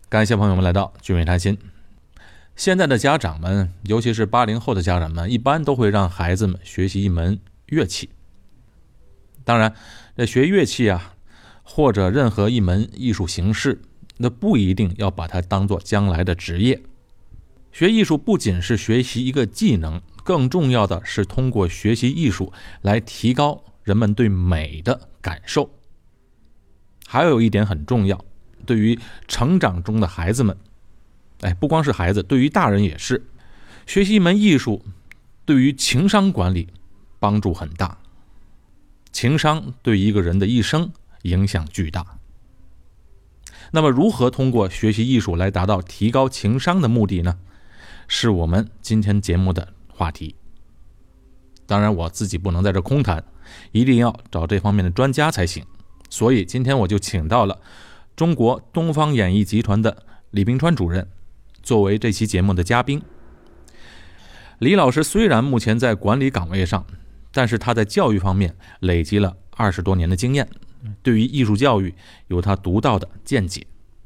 感谢朋友们来到俊伟谈心。现在的家长们，尤其是80后的家长们，一般都会让孩子们学习一门乐器。当然，学乐器啊，或者任何一门艺术形式，那不一定要把它当作将来的职业。学艺术不仅是学习一个技能，更重要的是通过学习艺术来提高人们对美的感受。还有一点很重要，对于成长中的孩子们，不光是孩子，对于大人也是，学习一门艺术对于情商管理帮助很大。情商对一个人的一生影响巨大。那么如何通过学习艺术来达到提高情商的目的呢？是我们今天节目的话题。当然我自己不能在这空谈，一定要找这方面的专家才行。所以今天我就请到了中国东方演艺集团的李冰川主任作为这期节目的嘉宾。李老师虽然目前在管理岗位上，但是他在教育方面累积了20多年的经验，对于艺术教育有他独到的见解。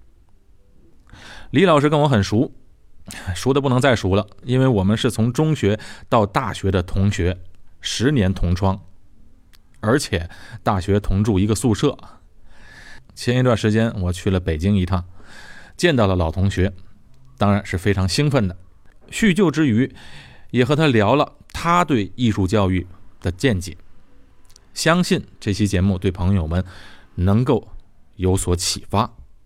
李老师跟我很熟的不能再熟了，因为我们是从中学到大学的同学，10年同窗，而且大学同住一个宿舍。前一段时间我去了北京一趟，见到了老同学，当然是非常兴奋的。叙旧之余，也和他聊了他对艺术教育的见解。相信这期节目对朋友们能够有所启发。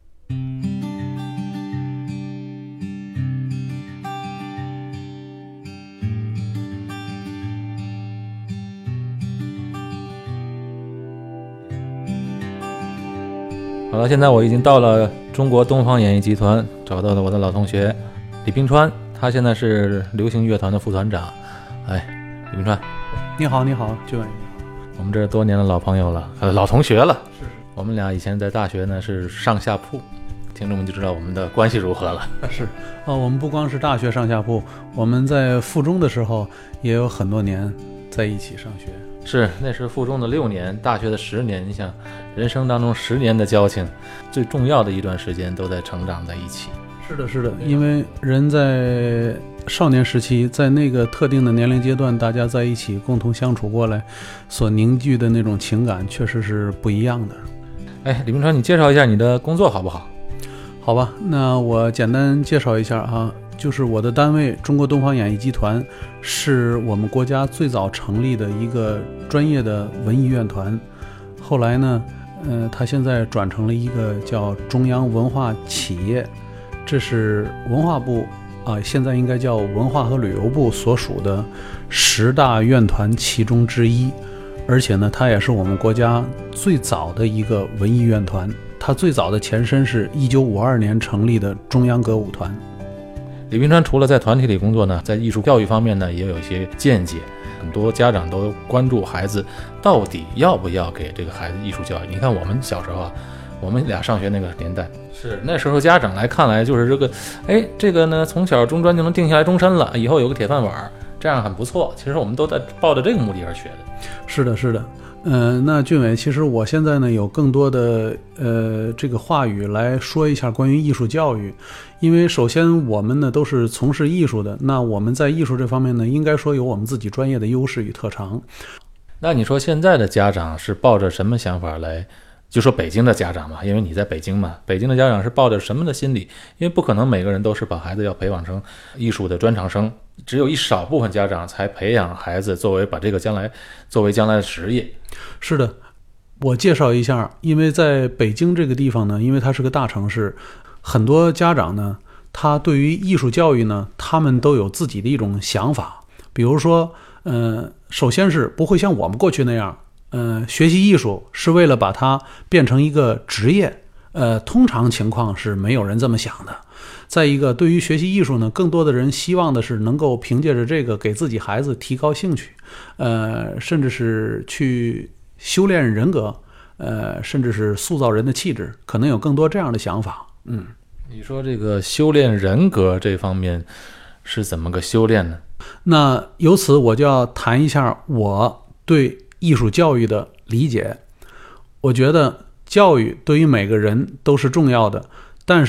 好了，现在我已经到了中国东方演艺集团，找到了我的老同学李冰川，他现在是流行乐团的副团长。李冰川， 你好，俊伟， 我们这是多年的老朋友了，老同学了。是，我们俩以前在大学呢是上下铺，听众们就知道我们的关系如何了。 是我们不光是大学上下铺，我们在附中的时候也有很多年在一起上学。 是，那是附中的6年，大学的10年。你想，人生当中10年的交情，最重要的一段时间都在成长在一起。 是的，因为人在少年时期，在那个特定的年龄阶段，大家在一起共同相处过来，所凝聚的那种情感确实是不一样的。 李冰川，你介绍一下你的工作好不好？ 好吧，那我简单介绍一下就是我的单位中国东方演艺集团是我们国家最早成立的一个专业的文艺院团，后来呢它现在转成了一个叫中央文化企业，这是文化部现在应该叫文化和旅游部所属的10大院团其中之一，而且呢它也是我们国家最早的一个文艺院团，它最早的前身是1952年成立的中央歌舞团。 李冰川除了在团体里工作呢，在艺术教育方面呢也有一些见解。很多家长都关注孩子到底要不要给这个孩子艺术教育。你看我们小时候我们俩上学那个年代，是那时候家长来看来就是这个呢从小中专就能定下来终身了，以后有个铁饭碗，这样很不错。其实我们都在抱着这个目的而学的。 是的。那俊伟，其实我现在呢有更多的这个话语来说一下关于艺术教育。因为首先我们呢都是从事艺术的，那我们在艺术这方面呢应该说有我们自己专业的优势与特长。 那你说现在的家长是抱着什么想法来，就说北京的家长嘛，因为你在北京嘛，北京的家长是抱着什么的心理？因为不可能每个人都是把孩子要培养成艺术的专长生，只有一少部分家长才培养孩子把这个作为将来的职业。 是的，我介绍一下，因为在北京这个地方呢，因为它是个大城市，很多家长呢他对于艺术教育呢他们都有自己的一种想法。比如说首先是不会像我们过去那样学习艺术是为了把它变成一个职业，通常情况是没有人这么想的。再一个，对于学习艺术呢，更多的人希望的是能够凭借着这个给自己孩子提高兴趣，甚至是去修炼人格，甚至是塑造人的气质，可能有更多这样的想法。 你说这个修炼人格这方面是怎么个修炼呢？ 那由此我就要谈一下我对艺术教育的理解。我觉得教育对于每个人都是重要的，但是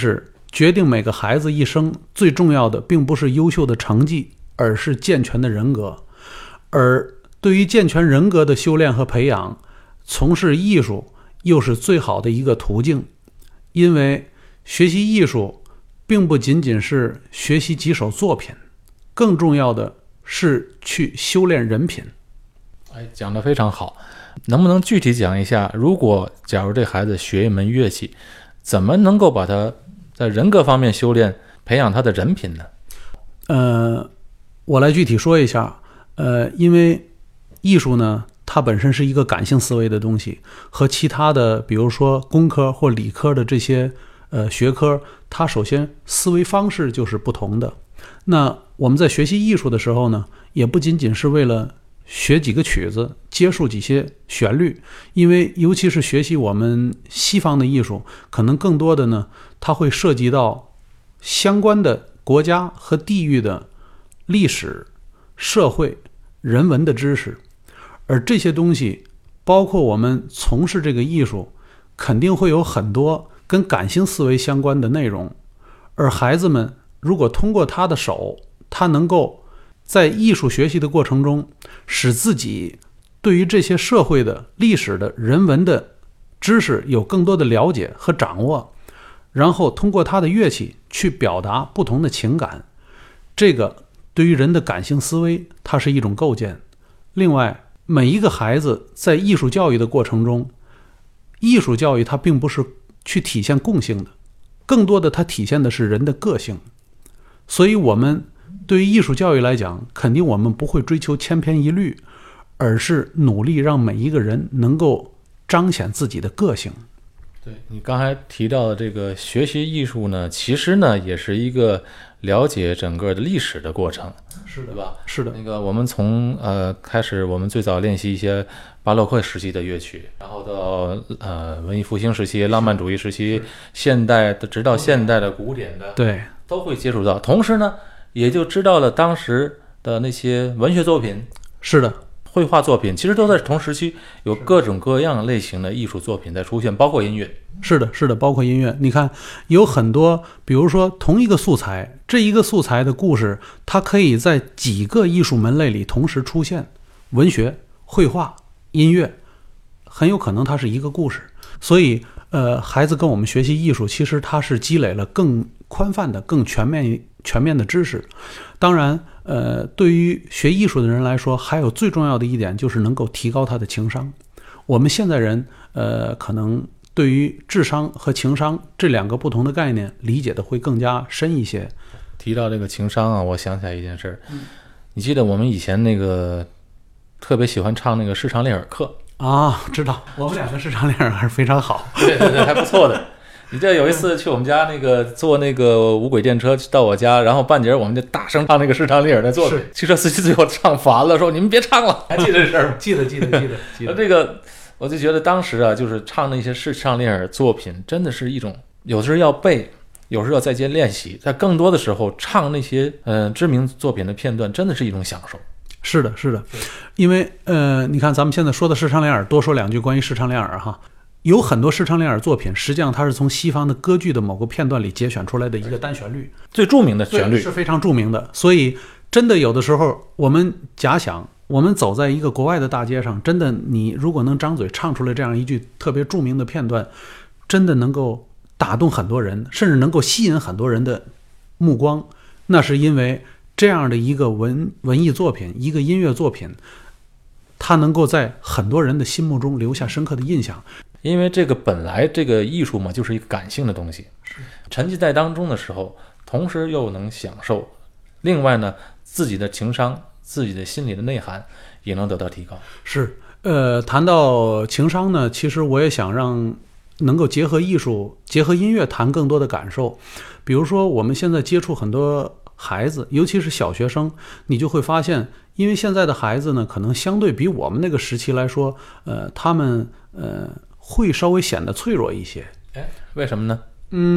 决定每个孩子一生最重要的并不是优秀的成绩，而是健全的人格。而对于健全人格的修炼和培养，从事艺术又是最好的一个途径。因为学习艺术并不仅仅是学习几首作品，更重要的是去修炼人品。 讲得非常好。能不能具体讲一下，假如这孩子学一门乐器，怎么能够把他在人格方面修炼，培养他的人品呢？ 我来具体说一下。因为艺术呢，它本身是一个感性思维的东西，和其他的比如说工科或理科的这些学科，它首先思维方式就是不同的。那我们在学习艺术的时候呢，也不仅仅是为了学几个曲子，接触几些旋律，因为尤其是学习我们西方的艺术，可能更多的呢，它会涉及到相关的国家和地域的历史、社会、人文的知识。而这些东西，包括我们从事这个艺术，肯定会有很多跟感性思维相关的内容。而孩子们如果通过他的手，他能够在艺术学习的过程中，使自己对于这些社会的、历史的、人文的知识有更多的了解和掌握，然后通过他的乐器去表达不同的情感，这个对于人的感性思维，它是一种构建。另外，每一个孩子在艺术教育的过程中，艺术教育它并不是去体现共性的，更多的它体现的是人的个性。所以我们对于艺术教育来讲，肯定我们不会追求千篇一律，而是努力让每一个人能够彰显自己的个性。 对，你刚才提到的这个学习艺术呢，其实呢也是一个了解整个的历史的过程， 是的， 对吧？ 是的。 那个我们从开始，我们最早练习一些巴洛克时期的乐曲，然后到文艺复兴时期、浪漫主义时期、现代的，直到现代的古典的， 对， 都会接触到。同时呢，也就知道了当时的那些文学作品， 是的， 绘画作品，其实都在同时期有各种各样类型的艺术作品在出现，包括音乐。 是的，是的，包括音乐。你看，有很多，比如说同一个素材，这一个素材的故事，它可以在几个艺术门类里同时出现，文学、绘画、音乐，很有可能它是一个故事。所以，孩子跟我们学习艺术，其实它是积累了更宽泛的、更全面的知识。当然，对于学艺术的人来说，还有最重要的一点就是能够提高他的情商。我们现在人，可能对于智商和情商这两个不同的概念理解的会更加深一些。 提到这个情商啊，我想起来一件事，你记得我们以前那个特别喜欢唱那个视唱练耳课啊？知道，我们两个视唱练耳还是非常好。 对对对，还不错的。你这有一次去我们家那个坐那个无轨电车到我家，然后半截我们就大声唱那个视唱练耳的作品，汽车司机最后唱烦了，说你们别唱了。还记得这事儿吗？ 记得。 这个我就觉得当时啊，就是唱那些视唱练耳作品，真的是一种，有时候要背，有时候要在家练习，在更多的时候唱那些知名作品的片段，真的是一种享受。 是的，因为你看咱们现在说的视唱练耳，多说两句关于视唱练耳哈。有很多视唱练耳作品，实际上它是从西方的歌剧的某个片段里节选出来的一个单旋律， 最著名的旋律是非常著名的。所以真的有的时候我们假想，我们走在一个国外的大街上，真的你如果能张嘴唱出来这样一句特别著名的片段，真的能够打动很多人，甚至能够吸引很多人的目光。那是因为这样的一个文艺作品，一个音乐作品，它能够在很多人的心目中留下深刻的印象。 因为这个本来这个艺术嘛，就是一个感性的东西，沉浸在当中的时候，同时又能享受，另外呢，自己的情商、自己的心理的内涵也能得到提高。 是，谈到情商呢，其实我也想让能够结合艺术、结合音乐谈更多的感受。比如说，我们现在接触很多孩子，尤其是小学生，你就会发现，因为现在的孩子呢，可能相对比我们那个时期来说，他们会稍微显得脆弱一些。 为什么呢？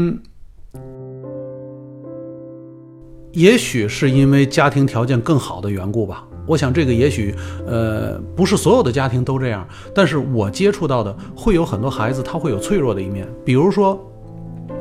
也许是因为家庭条件更好的缘故吧。我想这个也许不是所有的家庭都这样，但是我接触到的会有很多孩子他会有脆弱的一面。比如说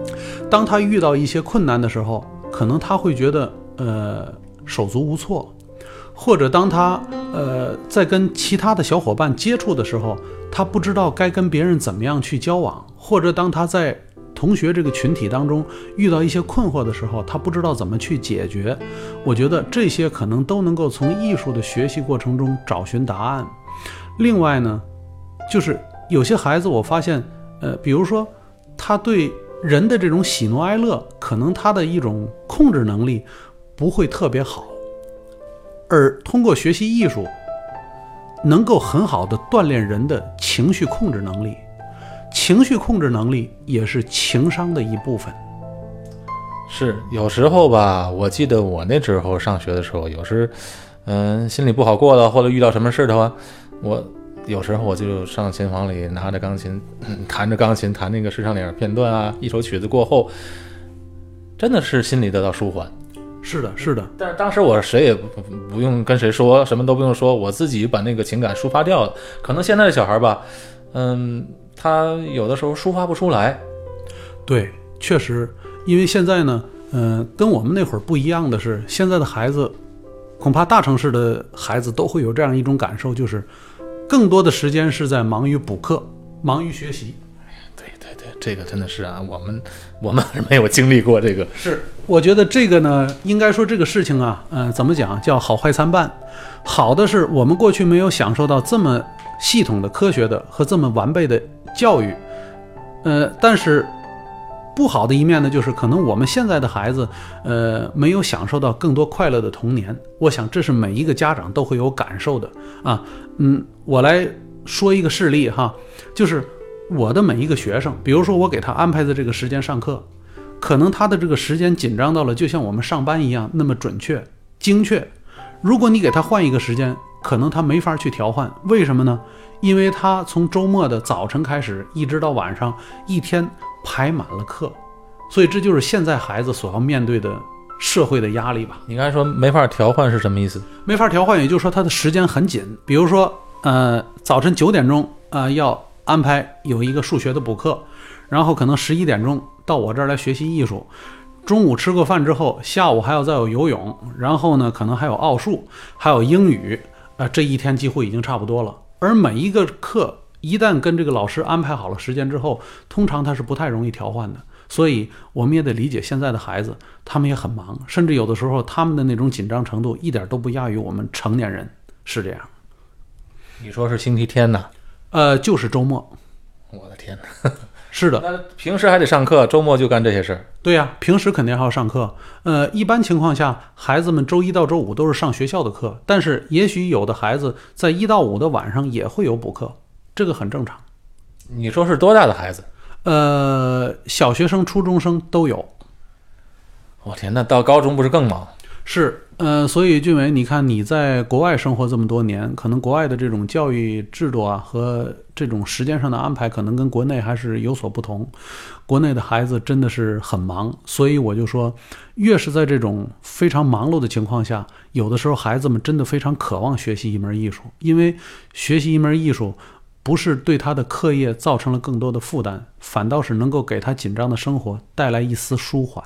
当他遇到一些困难的时候，可能他会觉得手足无措，或者当他在跟其他的小伙伴接触的时候，他不知道该跟别人怎么样去交往，或者当他在同学这个群体当中遇到一些困惑的时候，他不知道怎么去解决。我觉得这些可能都能够从艺术的学习过程中找寻答案。另外呢，就是有些孩子我发现比如说他对人的这种喜怒哀乐，可能他的一种控制能力不会特别好，而通过学习艺术能够很好的锻炼人的情绪控制能力。情绪控制能力也是情商的一部分。 是，有时候吧，我记得我那时候上学的时候，有时心里不好过了，或者遇到什么事的话，我有时候我就上琴房里拿着钢琴，弹着钢琴，弹那个市场脸片段啊，一首曲子过后，真的是心里得到舒缓。 是的，是的。 但是当时我谁也不用跟谁说，什么都不用说，我自己把那个情感抒发掉了。可能现在的小孩吧，他有的时候抒发不出来。 对，确实，因为现在呢，跟我们那会儿不一样的是，现在的孩子，恐怕大城市的孩子都会有这样一种感受，就是更多的时间是在忙于补课，忙于学习。 对对对，这个真的是啊，我们没有经历过这个。 是，我觉得这个呢，应该说这个事情啊，怎么讲，叫好坏参半。好的是我们过去没有享受到这么系统的科学的和这么完备的教育，但是不好的一面呢，就是可能我们现在的孩子，没有享受到更多快乐的童年。我想这是每一个家长都会有感受的啊。我来说一个事例哈，就是我的每一个学生，比如说我给他安排的这个时间上课，可能他的这个时间紧张到了就像我们上班一样那么准确精确。如果你给他换一个时间，可能他没法去调换。为什么呢？因为他从周末的早晨开始一直到晚上，一天排满了课，所以这就是现在孩子所要面对的社会的压力吧。 你刚才说没法调换是什么意思？ 没法调换，也就是说他的时间很紧。比如说早晨9点钟要安排有一个数学的补课，然后可能11点钟到我这儿来学习艺术，中午吃过饭之后，下午还要再有游泳，然后呢可能还有奥数，还有英语，这一天几乎已经差不多了。而每一个课一旦跟这个老师安排好了时间之后，通常他是不太容易调换的。所以我们也得理解现在的孩子，他们也很忙，甚至有的时候他们的那种紧张程度一点都不亚于我们成年人，是这样。 你说是星期天呢？ 就是周末。 我的天哪！ 是的， 那平时还得上课，周末就干这些事儿。 对呀，平时肯定还要上课。一般情况下，孩子们周一到周五都是上学校的课，但是也许有的孩子在1到5的晚上也会有补课，这个很正常。 你说是多大的孩子？ 小学生、初中生都有。 我天，那到高中不是更忙？ 是，所以俊伟，你看你在国外生活这么多年，可能国外的这种教育制度啊和这种时间上的安排，可能跟国内还是有所不同。国内的孩子真的是很忙，所以我就说，越是在这种非常忙碌的情况下，有的时候孩子们真的非常渴望学习一门艺术，因为学习一门艺术不是对他的课业造成了更多的负担，反倒是能够给他紧张的生活带来一丝舒缓。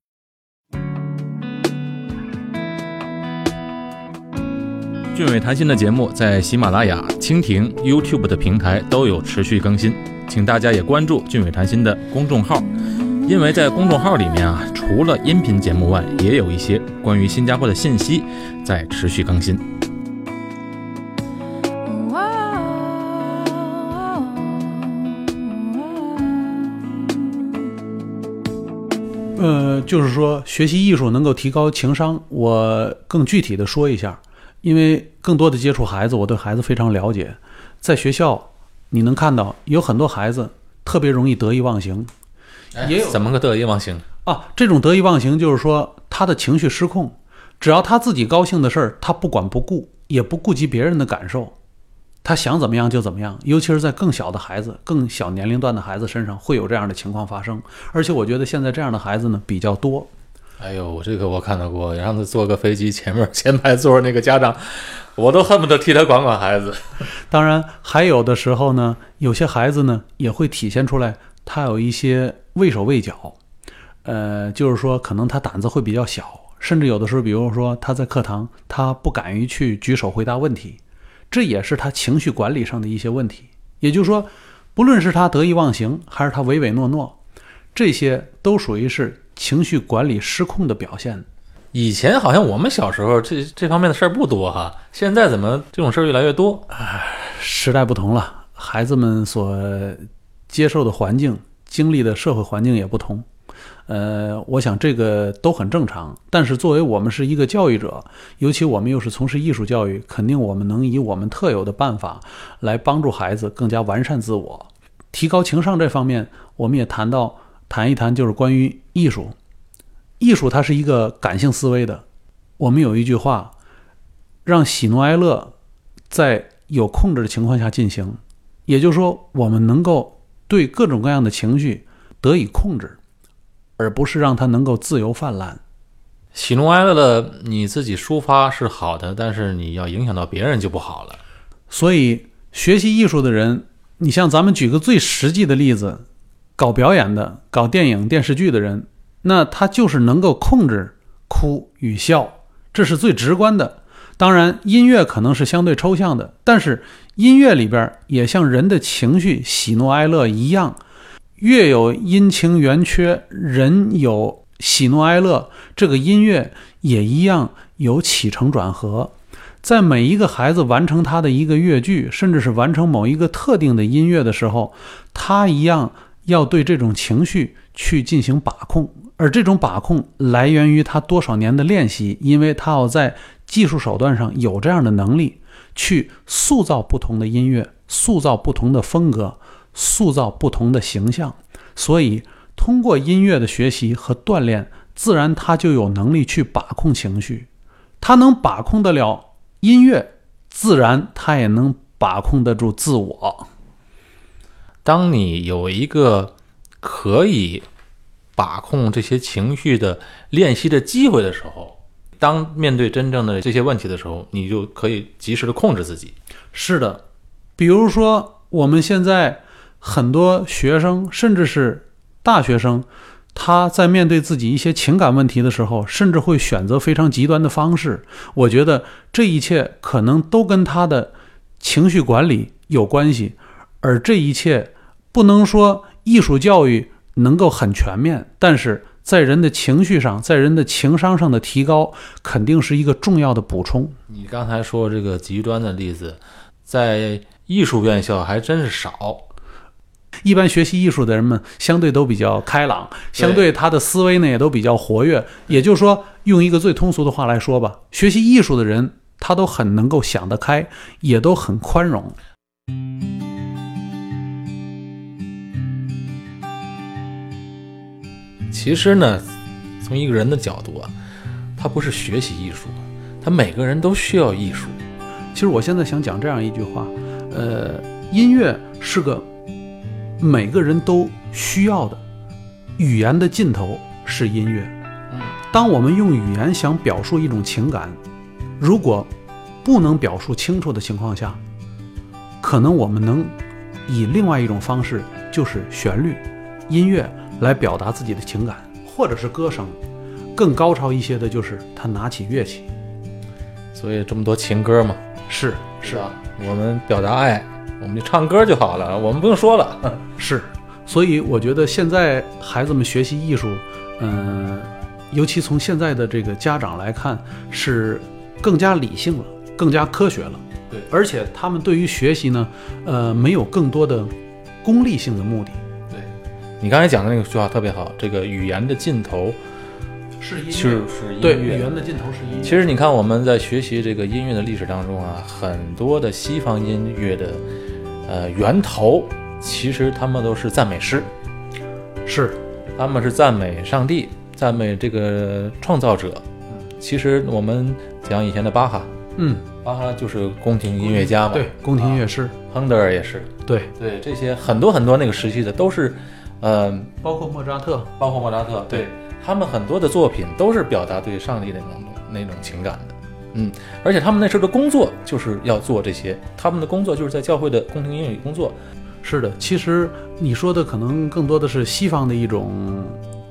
俊伟谈心的节目在喜马拉雅、蜻蜓、YouTube 的平台都有持续更新，请大家也关注俊伟谈心的公众号，因为在公众号里面啊，除了音频节目外，也有一些关于新加坡的信息在持续更新。 就是说学习艺术能够提高情商，我更具体的说一下。因为更多的接触孩子，我对孩子非常了解。在学校你能看到有很多孩子特别容易得意忘形，也有怎么个得意忘形啊？这种得意忘形就是说他的情绪失控，只要他自己高兴的事儿，他不管不顾，也不顾及别人的感受，他想怎么样就怎么样。尤其是在更小的孩子、更小年龄段的孩子身上会有这样的情况发生，而且我觉得现在这样的孩子呢比较多。 哎呦，这个我看到过，让他坐个飞机前排座那个家长，我都恨不得替他管孩子。 当然还有的时候呢，有些孩子呢也会体现出来他有一些畏手畏脚， 就是说可能他胆子会比较小，甚至有的时候，比如说他在课堂，他不敢于去举手回答问题，这也是他情绪管理上的一些问题。也就是说，不论是他得意忘形，还是他唯唯诺诺，这些都属于是情绪管理失控的表现。 以前好像我们小时候这方面的事儿不多哈，现在怎么这种事儿越来越多？ 时代不同了，孩子们所接受的环境、经历的社会环境也不同。我想这个都很正常。但是作为我们是一个教育者，尤其我们又是从事艺术教育，肯定我们能以我们特有的办法来帮助孩子更加完善自我，提高情商。这方面我们也谈一谈，就是关于艺术。艺术它是一个感性思维的，我们有一句话，让喜怒哀乐在有控制的情况下进行，也就是说我们能够对各种各样的情绪得以控制，而不是让它能够自由泛滥。 喜怒哀乐的你自己抒发是好的，但是你要影响到别人就不好了。 所以学习艺术的人，你像咱们举个最实际的例子，搞表演的、搞电影电视剧的人，那他就是能够控制哭与笑，这是最直观的。当然音乐可能是相对抽象的，但是音乐里边也像人的情绪喜怒哀乐一样，月有阴晴圆缺，人有喜怒哀乐，这个音乐也一样有起承转合。在每一个孩子完成他的一个乐句，甚至是完成某一个特定的音乐的时候，他一样要对这种情绪去进行把控，而这种把控来源于他多少年的练习，因为他要在技术手段上有这样的能力，去塑造不同的音乐，塑造不同的风格，塑造不同的形象。所以通过音乐的学习和锻炼，自然他就有能力去把控情绪，他能把控得了音乐，自然他也能把控得住自我。 当你有一个可以把控这些情绪的练习的机会的时候，当面对真正的这些问题的时候，你就可以及时的控制自己。 是的，比如说我们现在很多学生，甚至是大学生，他在面对自己一些情感问题的时候，甚至会选择非常极端的方式。我觉得这一切可能都跟他的情绪管理有关系，而这一切不能说艺术教育能够很全面，但是在人的情绪上，在人的情商上的提高，肯定是一个重要的补充。 你刚才说这个极端的例子，在艺术院校还真是少。 一般学习艺术的人们相对都比较开朗，相对他的思维呢也都比较活跃。也就是说，用一个最通俗的话来说吧，学习艺术的人他都很能够想得开，也都很宽容。 其实呢，从一个人的角度啊，他不是学习艺术，他每个人都需要艺术。 其实我现在想讲这样一句话，音乐是个每个人都需要的，语言的尽头是音乐。当我们用语言想表述一种情感，如果不能表述清楚的情况下，可能我们能以另外一种方式，就是旋律、音乐来表达自己的情感，或者是歌声。更高超一些的就是他拿起乐器。 所以这么多情歌嘛， 是啊，我们表达爱，我们就唱歌就好了，我们不用说了。 是，所以我觉得现在孩子们学习艺术，尤其从现在的这个家长来看，是更加理性了，更加科学了。 对， 而且他们对于学习呢，没有更多的功利性的目的。 对，你刚才讲的那个句话特别好，这个语言的尽头是音乐， 是音乐。 对，语言的尽头是音乐。 其实你看我们在学习这个音乐的历史当中啊，很多的西方音乐的源头，其实他们都是赞美诗， 是， 他们是赞美上帝，赞美这个创造者。其实我们讲以前的巴哈，巴哈就是宫廷音乐家嘛， 对，宫廷乐师， 亨德尔也是， 对， 这些很多那个时期的都是， 包括莫扎特， 对，他们很多的作品都是表达对上帝的那种情感的，而且他们那时候的工作就是要做这些，他们的工作就是在教会的宫廷音乐里工作。 是的，其实你说的可能更多的是西方的一种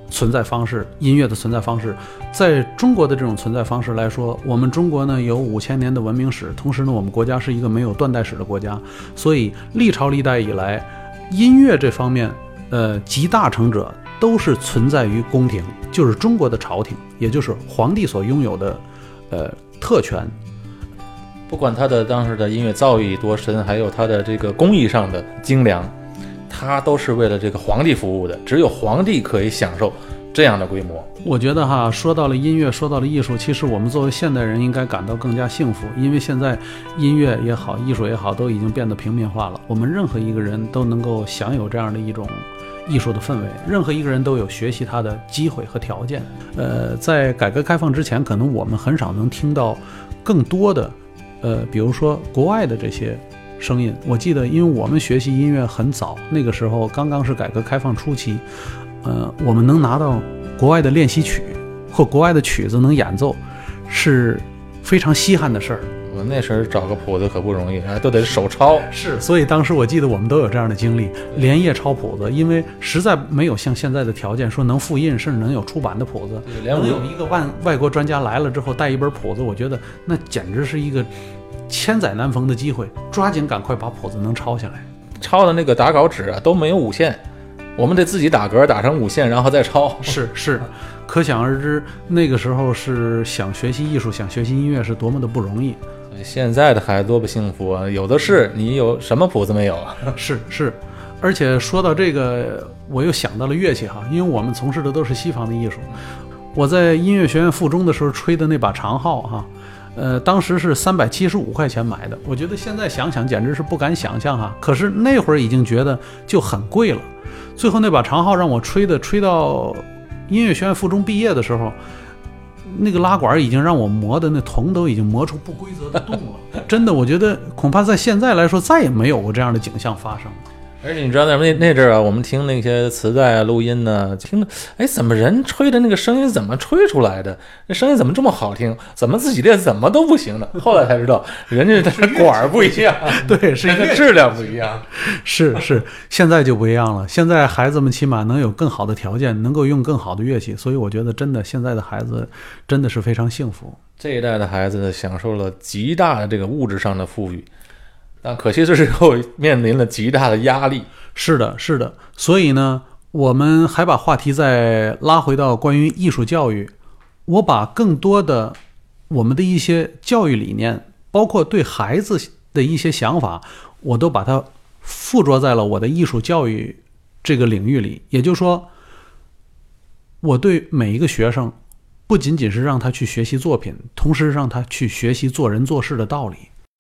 存在方式，音乐的存在方式。在中国的这种存在方式来说，我们中国呢有5000年的文明史，同时呢我们国家是一个没有断代史的国家，所以历朝历代以来，音乐这方面集大成者都是存在于宫廷，就是中国的朝廷，也就是皇帝所拥有的特权。 不管他的当时的音乐造诣多深，还有他的这个工艺上的精良，他都是为了这个皇帝服务的，只有皇帝可以享受这样的规模。 我觉得哈，说到了音乐，说到了艺术，其实我们作为现代人应该感到更加幸福，因为现在音乐也好，艺术也好，都已经变得平民化了。我们任何一个人都能够享有这样的一种艺术的氛围，任何一个人都有学习它的机会和条件。在改革开放之前，可能我们很少能听到更多的比如说国外的这些声音。我记得因为我们学习音乐很早，那个时候刚刚是改革开放初期，我们能拿到国外的练习曲或国外的曲子能演奏是非常稀罕的事儿。 我那时候找个谱子可不容易，都得手抄。 是，所以当时我记得我们都有这样的经历，连夜抄谱子，因为实在没有像现在的条件说能复印，甚至能有出版的谱子。能有一个外国专家来了之后带一本谱子，我觉得那简直是一个千载难逢的机会，抓紧赶快把谱子能抄下来。 抄的那个打稿纸都没有五线，我们得自己打格打成5线，然后再抄。 是，可想而知，那个时候是想学习艺术、想学习音乐是多么的不容易。 现在的孩子多不幸福啊！有的是，你有什么谱子没有啊？ 是，而且说到这个，我又想到了乐器哈，因为我们从事的都是西方的艺术。我在音乐学院附中的时候吹的那把长号哈，当时是375块钱买的，我觉得现在想想简直是不敢想象哈。可是那会儿已经觉得就很贵了。最后那把长号让我吹到音乐学院附中毕业的时候，那个拉管已经让我磨的那铜都已经磨出不规则的洞了。真的，我觉得恐怕在现在来说再也没有过这样的景象发生。 而且你知道那阵儿啊，我们听那些磁带啊、录音呢，听着，怎么人吹的那个声音怎么吹出来的？那声音怎么这么好听？怎么自己练怎么都不行呢？后来才知道，人家的管不一样， 对，是人家质量不一样。 是，现在就不一样了。现在孩子们起码能有更好的条件，能够用更好的乐器，所以我觉得真的现在的孩子真的是非常幸福。 这一代的孩子享受了极大的这个物质上的富裕。但可惜这时候面临了极大的压力。 是的，所以呢，我们还把话题再拉回到关于艺术教育。我把更多的我们的一些教育理念，包括对孩子的一些想法，我都把它附着在了我的艺术教育这个领域里。也就是说，我对每一个学生，不仅仅是让他去学习作品，同时让他去学习做人做事的道理。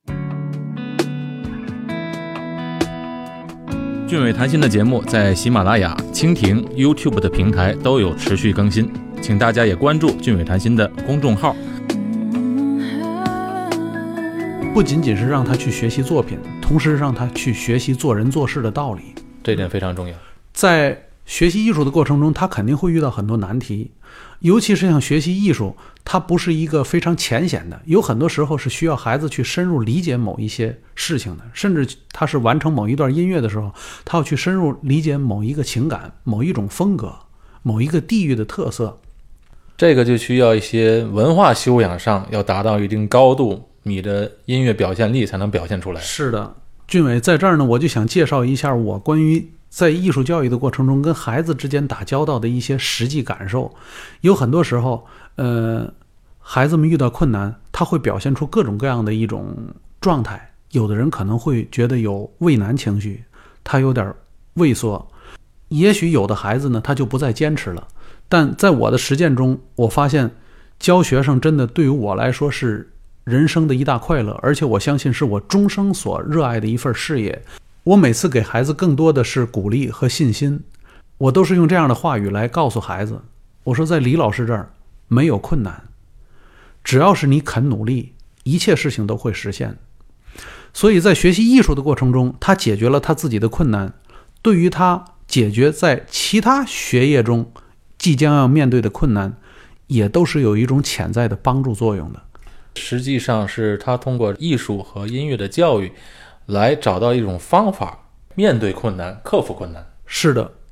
俊伟谈心的节目在喜马拉雅、蜻蜓、YouTube 的平台都有持续更新，请大家也关注俊伟谈心的公众号。 不仅仅是让他去学习作品，同时让他去学习做人做事的道理， 这点非常重要。 在学习艺术的过程中，他肯定会遇到很多难题，尤其是像学习艺术，它不是一个非常浅显的，有很多时候是需要孩子去深入理解某一些事情的，甚至他是完成某一段音乐的时候，他要去深入理解某一个情感、某一种风格、某一个地域的特色。 这个就需要一些文化修养上要达到一定高度，你的音乐表现力才能表现出来。 是的，俊伟在这儿呢，我就想介绍一下我关于在艺术教育的过程中跟孩子之间打交道的一些实际感受。有很多时候孩子们遇到困难，他会表现出各种各样的一种状态。有的人可能会觉得有畏难情绪，他有点畏缩，也许有的孩子呢，他就不再坚持了。但在我的实践中，我发现教学生真的对于我来说是人生的一大快乐，而且我相信是我终生所热爱的一份事业。我每次给孩子更多的是鼓励和信心，我都是用这样的话语来告诉孩子，我说在李老师这儿没有困难，只要是你肯努力，一切事情都会实现。所以在学习艺术的过程中，他解决了他自己的困难，对于他解决在其他学业中即将要面对的困难，也都是有一种潜在的帮助作用的。 实际上是他通过艺术和音乐的教育来找到一种方法，面对困难，克服困难。 是的，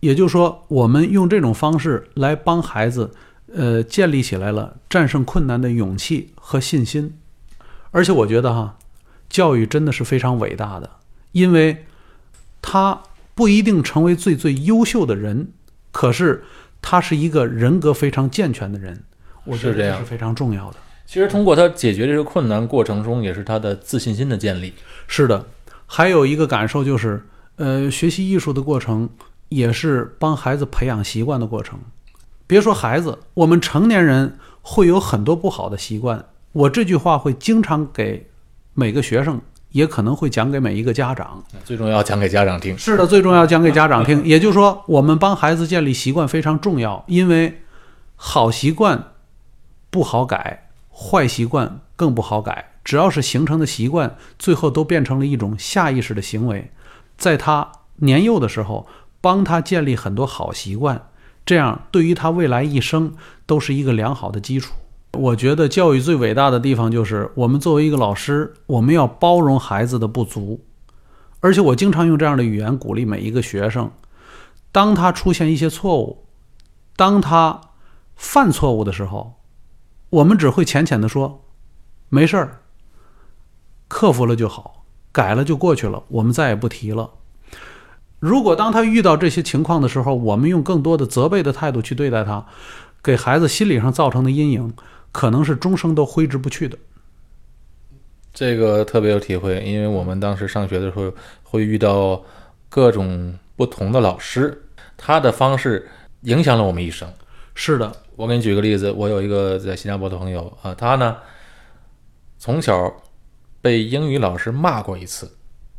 也就是说，我们用这种方式来帮孩子，建立起来了战胜困难的勇气和信心。而且我觉得哈，教育真的是非常伟大的，因为他不一定成为最优秀的人，可是他是一个人格非常健全的人，我觉得这是非常重要的。 其实通过他解决这个困难过程中，也是他的自信心的建立。 是的，还有一个感受就是，学习艺术的过程也是帮孩子培养习惯的过程。别说孩子，我们成年人会有很多不好的习惯。我这句话会经常给每个学生，也可能会讲给每一个家长。 最重要讲给家长听。 是的，最重要讲给家长听。也就是说，我们帮孩子建立习惯非常重要，因为好习惯不好改，坏习惯更不好改。只要是形成的习惯，最后都变成了一种下意识的行为。在他年幼的时候，帮他建立很多好习惯，这样对于他未来一生都是一个良好的基础。我觉得教育最伟大的地方就是，我们作为一个老师，我们要包容孩子的不足。而且我经常用这样的语言鼓励每一个学生，当他出现一些错误，当他犯错误的时候，我们只会浅浅地说，没事儿，克服了就好，改了就过去了，我们再也不提了。如果当他遇到这些情况的时候，我们用更多的责备的态度去对待他，给孩子心理上造成的阴影可能是终生都挥之不去的。 这个特别有体会，因为我们当时上学的时候会遇到各种不同的老师，他的方式影响了我们一生。 是的， 我给你举个例子，我有一个在新加坡的朋友啊，他呢从小被英语老师骂过一次，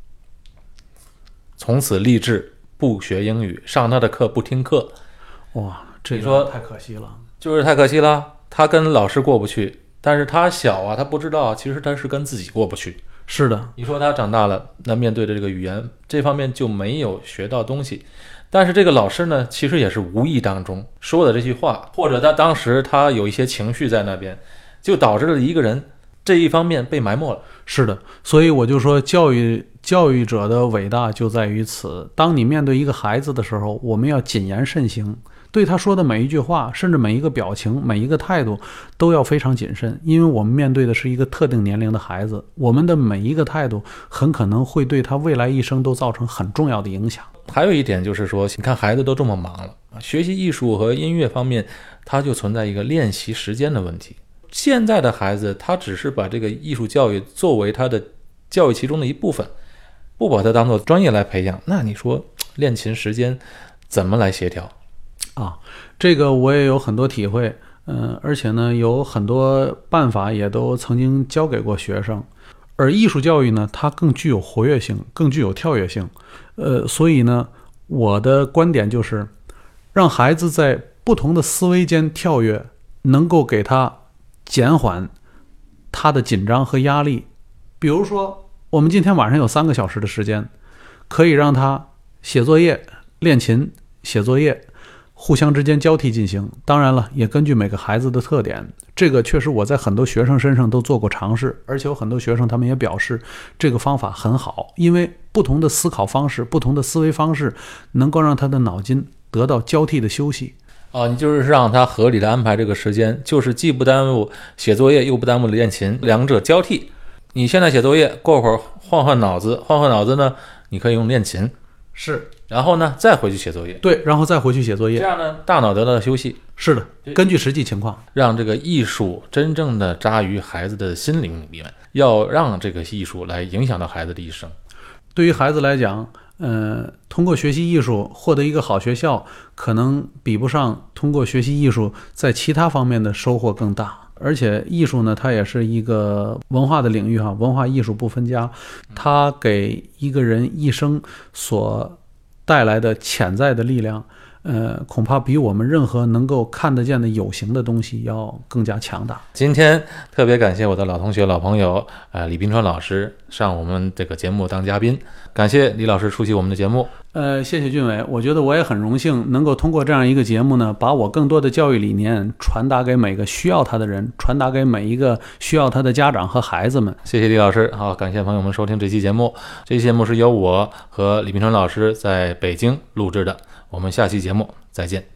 从此立志不学英语，上他的课不听课。 哇，这个太可惜了， 就是太可惜了。他跟老师过不去，但是他小啊，他不知道，其实他是跟自己过不去。 是的， 你说他长大了，那面对的这个语言这方面就没有学到东西。但是这个老师呢，其实也是无意当中说的这句话，或者他当时他有一些情绪在那边，就导致了一个人这一方面被埋没了。 是的，所以我就说教育者的伟大就在于此。当你面对一个孩子的时候，我们要谨言慎行，对他说的每一句话，甚至每一个表情，每一个态度都要非常谨慎，因为我们面对的是一个特定年龄的孩子，我们的每一个态度很可能会对他未来一生都造成很重要的影响。 还有一点就是说，你看孩子都这么忙了，学习艺术和音乐方面，他就存在一个练习时间的问题。现在的孩子他只是把这个艺术教育作为他的教育其中的一部分，不把它当做专业来培养，那你说练琴时间怎么来协调啊？这个我也有很多体会，而且呢有很多办法也都曾经教给过学生。而艺术教育呢，它更具有活跃性，更具有跳跃性。所以呢，我的观点就是让孩子在不同的思维间跳跃，能够给他减缓他的紧张和压力。比如说我们今天晚上有3个小时的时间，可以让他写作业、练琴、写作业，互相之间交替进行。当然了，也根据每个孩子的特点，这个确实我在很多学生身上都做过尝试，而且有很多学生他们也表示这个方法很好，因为不同的思考方式、不同的思维方式能够让他的脑筋得到交替的休息。 你就是让他合理的安排这个时间，就是既不耽误写作业，又不耽误练琴，两者交替。你现在写作业，过会儿换换脑子呢，你可以用练琴， 是， 然后呢再回去写作业， 对，然后再回去写作业， 这样呢大脑得到休息。 是的，根据实际情况， 让这个艺术真正的扎于孩子的心灵里面，要让这个艺术来影响到孩子的一生。 对于孩子来讲，通过学习艺术获得一个好学校，可能比不上通过学习艺术在其他方面的收获更大。而且艺术呢，它也是一个文化的领域文化艺术不分家，它给一个人一生所带来的潜在的力量，恐怕比我们任何能够看得见的有形的东西要更加强大。 今天特别感谢我的老同学、老朋友李冰川老师上我们这个节目当嘉宾，感谢李老师出席我们的节目。 谢谢俊伟，我觉得我也很荣幸能够通过这样一个节目呢，把我更多的教育理念传达给每个需要他的人，传达给每一个需要他的家长和孩子们。 谢谢李老师，好，感谢朋友们收听这期节目。这期节目是由我和李冰川老师在北京录制的。 我们下期节目再见。